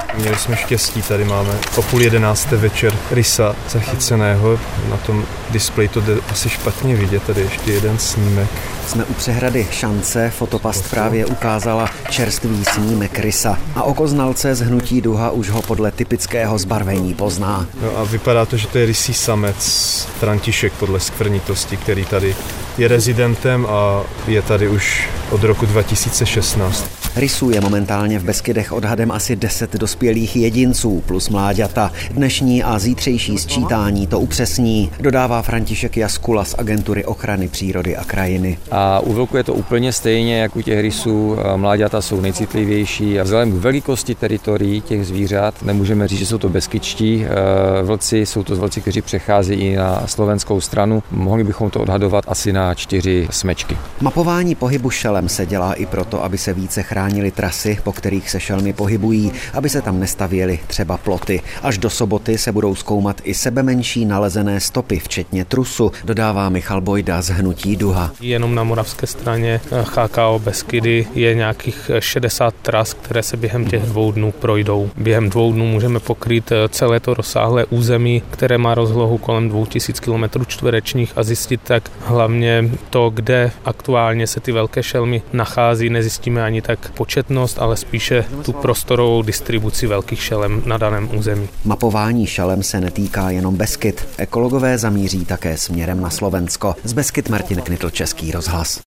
Měli jsme štěstí, tady máme o 10:30 večer rysa zachyceného. Na tom displeji to jde asi špatně vidět, tady ještě jeden snímek. Jsme u přehrady Šance, Fotopast právě ukázala čerstvý snímek rysa a oko znalce z Hnutí Duha už ho podle typického zbarvení pozná. No a vypadá to, že to je rysí samec František podle skvrnitosti, který tady je rezidentem a je tady už od roku 2016. Rysů je momentálně v Beskydech odhadem asi 10 dospělých jedinců plus mláďata. Dnešní a zítřejší sčítání to upřesní, dodává František Jaskula z Agentury ochrany přírody a krajiny. A u vlku je to úplně stejně, jak u těch rysů. Mláďata jsou nejcitlivější a vzhledem k velikosti teritorií těch zvířat nemůžeme říct, že jsou to beskydští vlci, jsou to vlci, kteří přecházejí i na slovenskou stranu. Mohli bychom to odhadovat asi na 4 smečky. Mapování pohybu šelem se dělá i proto, aby se více chránily trasy, po kterých se šelmy pohybují, aby se tam nestavěly třeba ploty. Až do soboty se budou zkoumat i sebemenší nalezené stopy, včetně trusu, dodává Michal Bojda z Hnutí Duha. Jenom na moravské straně HKO Beskydy je nějakých 60 tras, které se během těch 2 dnů projdou. Během 2 dnů můžeme pokrýt celé to rozsáhlé území, které má rozlohu kolem 2000 km² a zjistit tak hlavně to, kde aktuálně se ty velké šelmy nachází. Nezjistíme ani tak početnost, ale spíše tu prostorovou distribuci velkých šelem na daném území. Mapování šelem se netýká jenom Beskyd. Ekologové zamíří také směrem na Slovensko. Z Beskyd Martin Knitl, Český rozhlas.